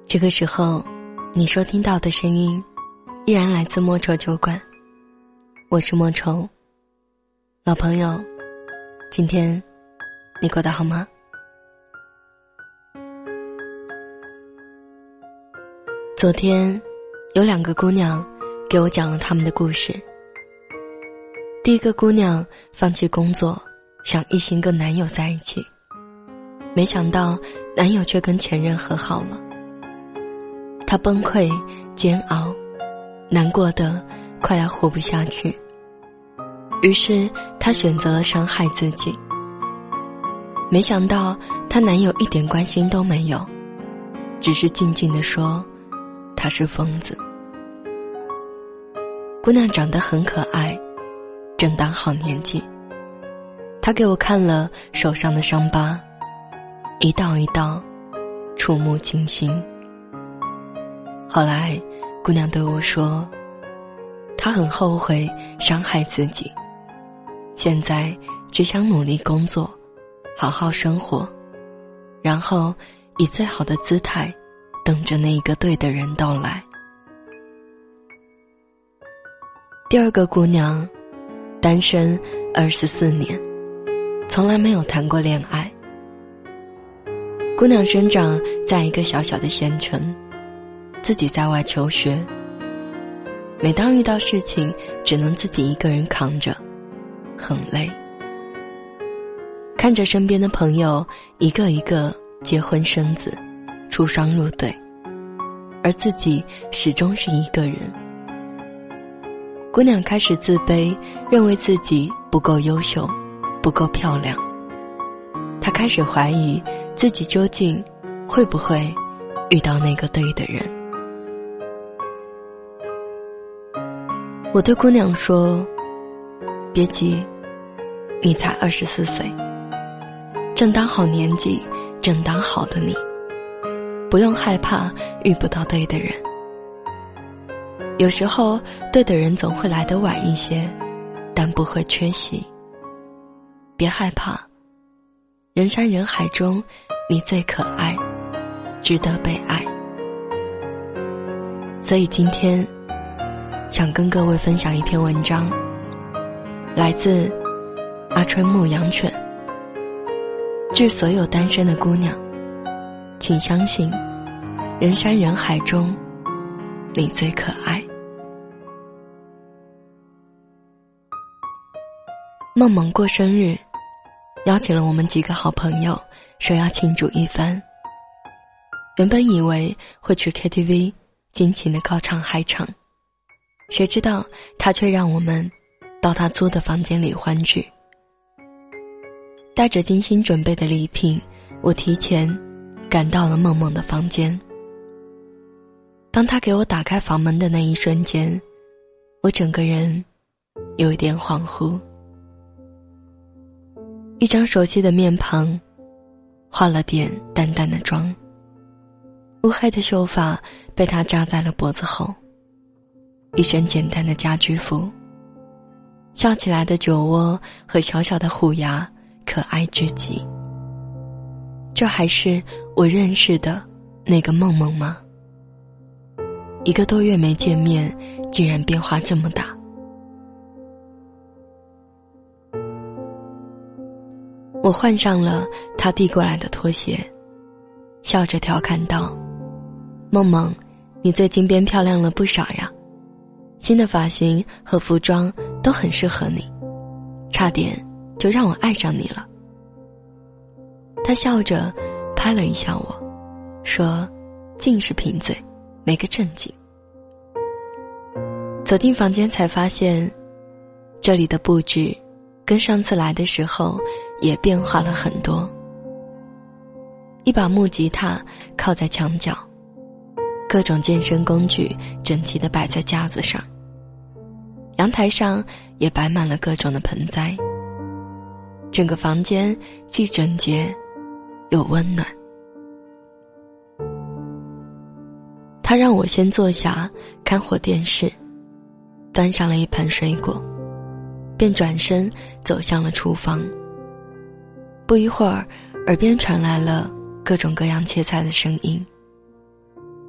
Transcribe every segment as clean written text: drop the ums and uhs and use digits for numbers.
这个时候你收听到的声音依然来自莫愁酒馆，我是莫愁。老朋友，今天你过得好吗？昨天有2个姑娘给我讲了她们的故事。第一个姑娘放弃工作，想一心跟男友在一起，没想到男友却跟前任和好了。她崩溃、煎熬，难过得快要活不下去，于是她选择了伤害自己。没想到她男友一点关心都没有，只是静静地说她是疯子。姑娘长得很可爱，正当好年纪。她给我看了手上的伤疤，一道一道，触目惊心。后来姑娘对我说，她很后悔伤害自己，现在只想努力工作，好好生活，然后以最好的姿态等着那一个对的人到来。第二个姑娘单身24年，从来没有谈过恋爱。姑娘生长在一个小小的县城，自己在外求学，每当遇到事情只能自己一个人扛着，很累。看着身边的朋友一个一个结婚生子，出双入对，而自己始终是一个人。姑娘开始自卑，认为自己不够优秀，不够漂亮。她开始怀疑自己究竟会不会遇到那个对的人。我对姑娘说，别急，你才24岁，正当好年纪，正当好的你，不用害怕遇不到对的人。有时候对的人总会来得晚一些，但不会缺席。别害怕，人山人海中你最可爱，值得被爱。所以今天想跟各位分享一篇文章，来自阿春牧羊犬。致所有单身的姑娘，请相信，人山人海中你最可爱。梦梦过生日，邀请了我们几个好朋友，说要庆祝一番。原本以为会去 KTV 尽情的高唱嗨唱，谁知道他却让我们到他租的房间里欢聚。带着精心准备的礼品，我提前赶到了梦梦的房间。当他给我打开房门的那一瞬间，我整个人有一点恍惚。一张熟悉的面庞，化了点淡淡的妆，乌黑的秀发被他扎在了脖子后，一身简单的家居服，笑起来的酒窝和小小的虎牙可爱至极。这还是我认识的那个梦梦吗？1个多月没见面，竟然变化这么大。我换上了他递过来的拖鞋，笑着调侃道，梦梦，你最近变漂亮了不少呀，新的发型和服装都很适合你，差点就让我爱上你了。他笑着拍了一下我，说，尽是贫嘴，没个正经。走进房间才发现，这里的布置跟上次来的时候也变化了很多。一把木吉他靠在墙角，各种健身工具整齐地摆在架子上，阳台上也摆满了各种的盆栽。整个房间既整洁又温暖。他让我先坐下看会电视，端上了一盘水果，便转身走向了厨房。不一会儿，耳边传来了各种各样切菜的声音。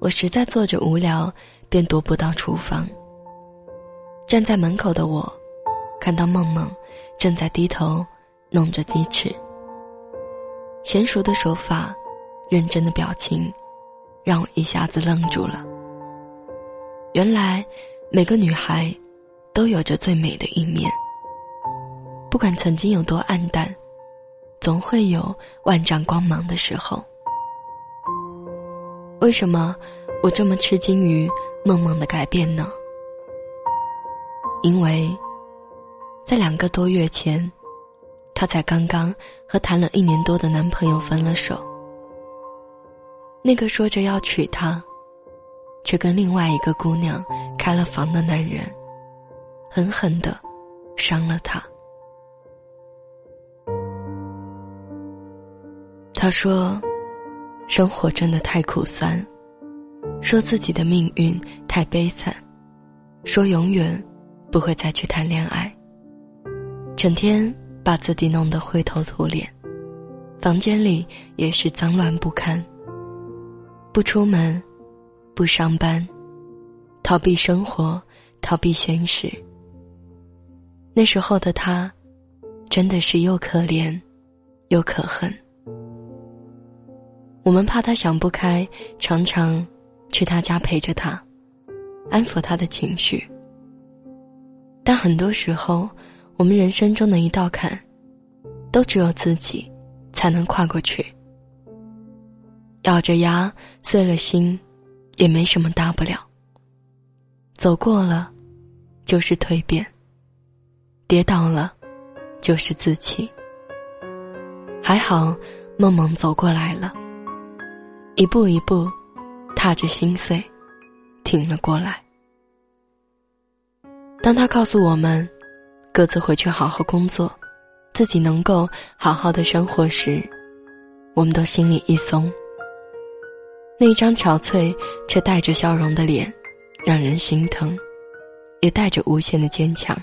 我实在坐着无聊，便踱步到厨房。站在门口的我，看到梦梦正在低头弄着鸡翅。娴熟的手法，认真的表情，让我一下子愣住了。原来每个女孩都有着最美的一面，不管曾经有多暗淡，总会有万丈光芒的时候。为什么我这么吃惊于梦梦的改变呢？因为在2个多月前，她才刚刚和谈了1年多的男朋友分了手。那个说着要娶她，却跟另外一个姑娘开了房的男人，狠狠地伤了她。他说生活真的太苦酸，说自己的命运太悲惨，说永远不会再去谈恋爱，整天把自己弄得灰头土脸，房间里也是脏乱不堪，不出门，不上班，逃避生活，逃避现实。那时候的他真的是又可怜又可恨。我们怕他想不开，常常去他家陪着他，安抚他的情绪。但很多时候，我们人生中的一道坎，都只有自己才能跨过去。咬着牙，碎了心，也没什么大不了。走过了，就是蜕变；跌倒了，就是自弃。还好，梦梦走过来了，一步一步踏着心碎挺了过来。当他告诉我们各自回去好好工作，自己能够好好的生活时，我们都心里一松。那一张憔悴却带着笑容的脸让人心疼，也带着无限的坚强。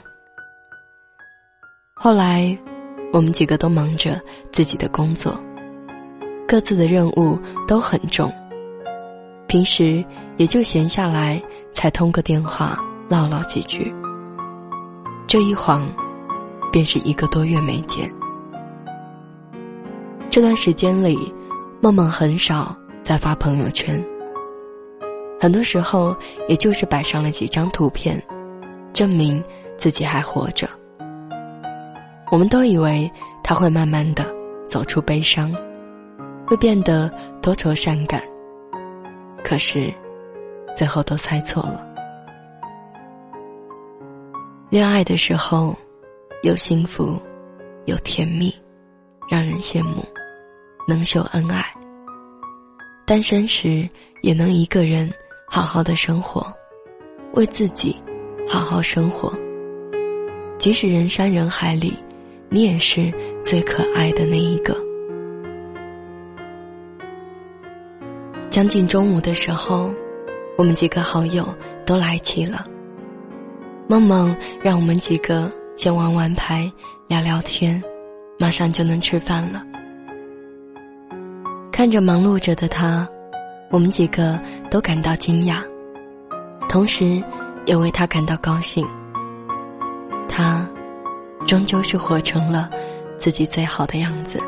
后来我们几个都忙着自己的工作，各自的任务都很重，平时也就闲下来才通个电话唠唠几句。这一晃便是1个多月没见。这段时间里，梦梦很少再发朋友圈，很多时候也就是摆上了几张图片，证明自己还活着。我们都以为她会慢慢的走出悲伤，会变得多愁善感，可是最后都猜错了。恋爱的时候有幸福有甜蜜，让人羡慕，能秀恩爱。单身时也能一个人好好的生活，为自己好好生活。即使人山人海里，你也是最可爱的那一个。将近中午的时候，我们几个好友都来齐了。梦梦让我们几个先玩玩牌，聊聊天，马上就能吃饭了。看着忙碌着的他，我们几个都感到惊讶，同时也为他感到高兴。他终究是活成了自己最好的样子。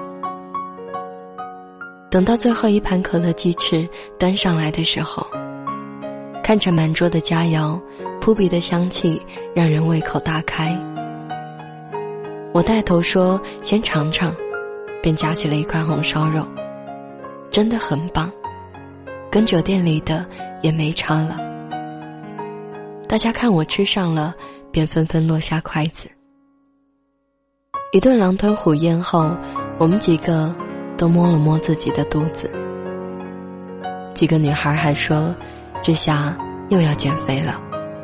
等到最后一盘可乐鸡翅端上来的时候，看着满桌的佳肴，扑鼻的香气让人胃口大开。我带头说先尝尝，便夹起了一块红烧肉，真的很棒，跟酒店里的也没差了。大家看我吃上了，便纷纷落下筷子。一顿狼吞虎咽后，我们几个都摸了摸自己的肚子。几个女孩还说这下又要减肥了。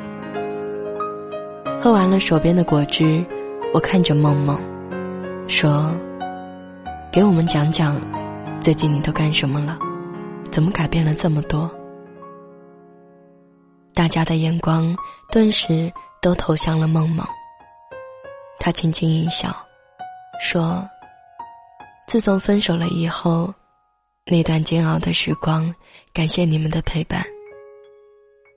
喝完了手边的果汁，我看着梦梦说，给我们讲讲最近你都干什么了，怎么改变了这么多。大家的眼光顿时都投向了梦梦。她轻轻一笑说，自从分手了以后，那段煎熬的时光，感谢你们的陪伴，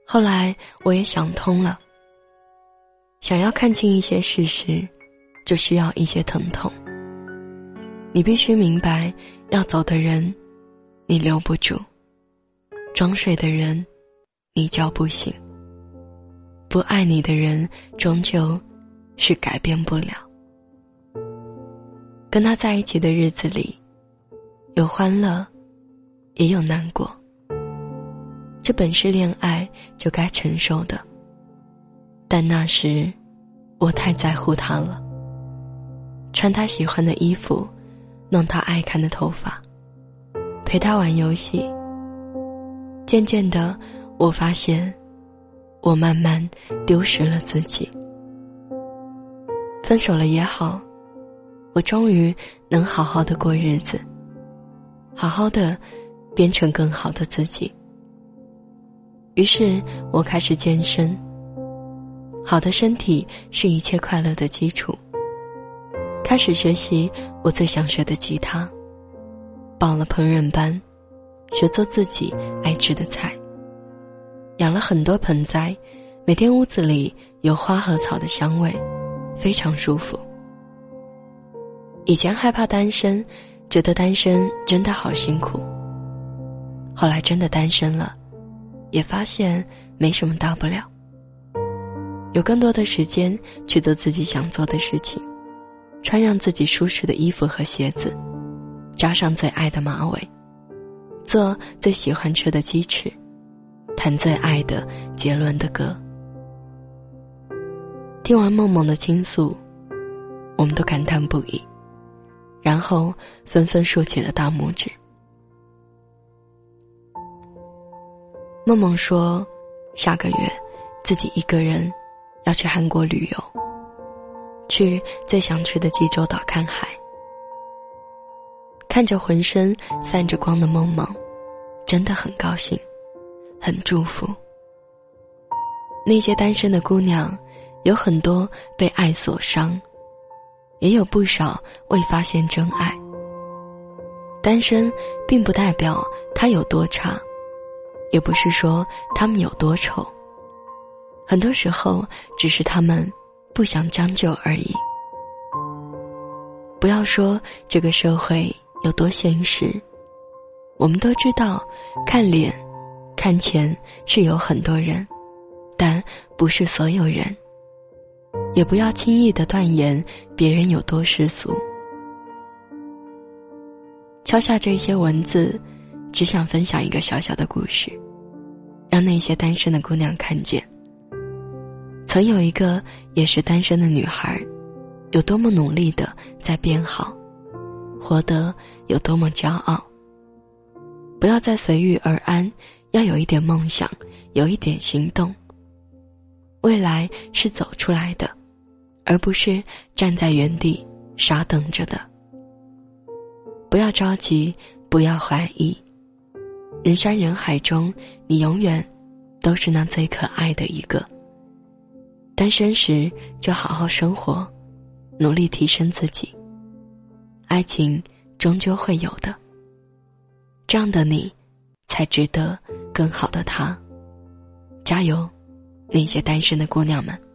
后来我也想通了，想要看清一些事实，就需要一些疼痛。你必须明白，要走的人你留不住，装睡的人你叫不醒，不爱你的人终究是改变不了。跟他在一起的日子里，有欢乐也有难过，这本是恋爱就该承受的，但那时我太在乎他了，穿他喜欢的衣服，弄他爱看的头发，陪他玩游戏。渐渐的，我发现我慢慢丢失了自己。分手了也好，我终于能好好的过日子，好好的变成更好的自己。于是我开始健身，好的身体是一切快乐的基础。开始学习我最想学的吉他，报了烹饪班，学做自己爱吃的菜，养了很多盆栽，每天屋子里有花和草的香味，非常舒服。以前害怕单身，觉得单身真的好辛苦，后来真的单身了，也发现没什么大不了，有更多的时间去做自己想做的事情，穿上自己舒适的衣服和鞋子，扎上最爱的马尾，做最喜欢吃的鸡翅，弹最爱的杰伦的歌。听完梦梦的倾诉，我们都感叹不已，然后纷纷竖起了大拇指。梦梦说，下个月自己一个人要去韩国旅游，去最想去的济州岛看海。看着浑身散着光的梦梦，真的很高兴，很祝福。那些单身的姑娘，有很多被爱所伤，也有不少未发现真爱。单身并不代表他有多差，也不是说他们有多丑，很多时候只是他们不想将就而已。不要说这个社会有多现实，我们都知道看脸看钱是有很多人，但不是所有人。也不要轻易地断言别人有多世俗。敲下这些文字，只想分享一个小小的故事，让那些单身的姑娘看见，曾有一个也是单身的女孩，有多么努力地在变好，活得有多么骄傲。不要再随遇而安，要有一点梦想，有一点行动。未来是走出来的，而不是站在原地傻等着的。不要着急，不要怀疑，人山人海中，你永远都是那最可爱的一个。单身时就好好生活，努力提升自己，爱情终究会有的，这样的你才值得更好的他。加油，那些单身的姑娘们。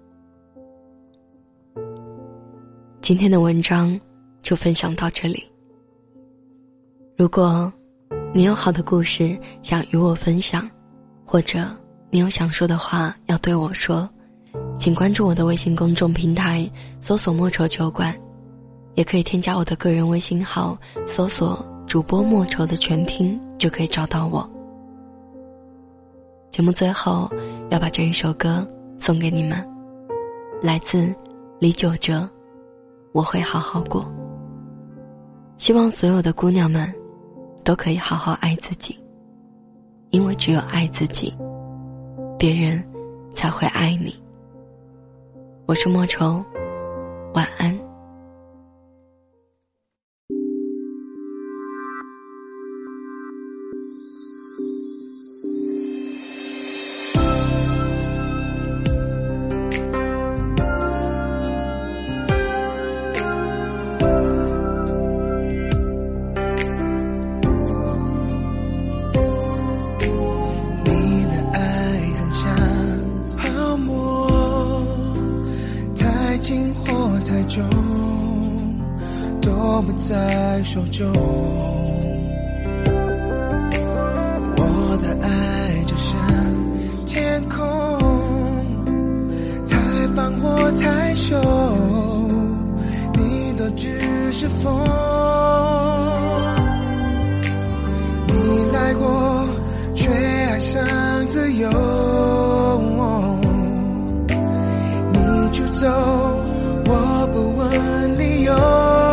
今天的文章就分享到这里。如果你有好的故事想与我分享，或者你有想说的话要对我说，请关注我的微信公众平台，搜索莫愁酒馆，也可以添加我的个人微信号，搜索主播莫愁的全拼，就可以找到我。节目最后要把这一首歌送给你们，来自李玖哲，我会好好过。希望所有的姑娘们都可以好好爱自己，因为只有爱自己，别人才会爱你。我是莫愁，晚安。 你的爱很强， 在手中。我的爱就像天空，太放或太收，你都只是风。你来过，却爱上自由。你出走，我不问理由。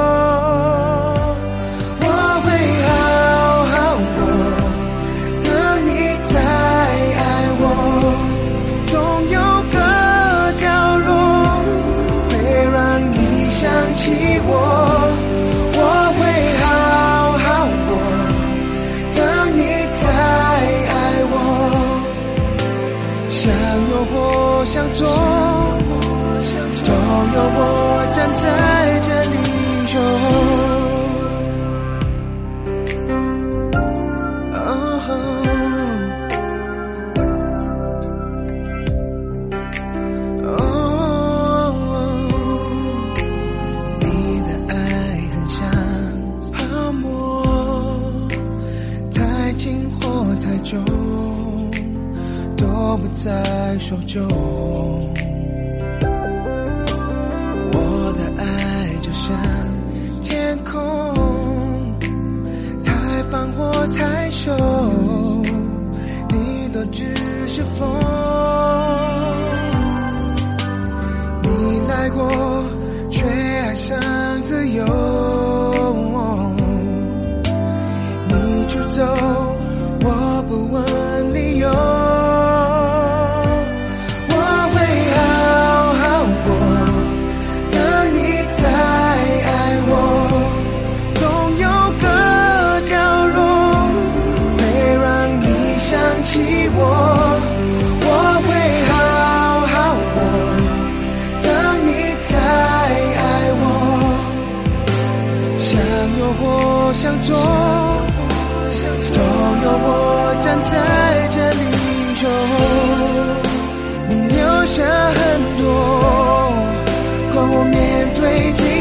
我会好好过，等你再爱我。总有个角落会让你想起我。我会好好过，等你再爱我。相拥或相错，都有我站在这里守。你的爱很像泡沫，太轻或太重，都不在手中。我的爱就像天空，太放或太收，你都只是风。你来过，却爱上自由。你出走，我不问理由。起我会好好过，等你再爱我。相拥或相错，都有我站在这里守。你留下很多，管我面对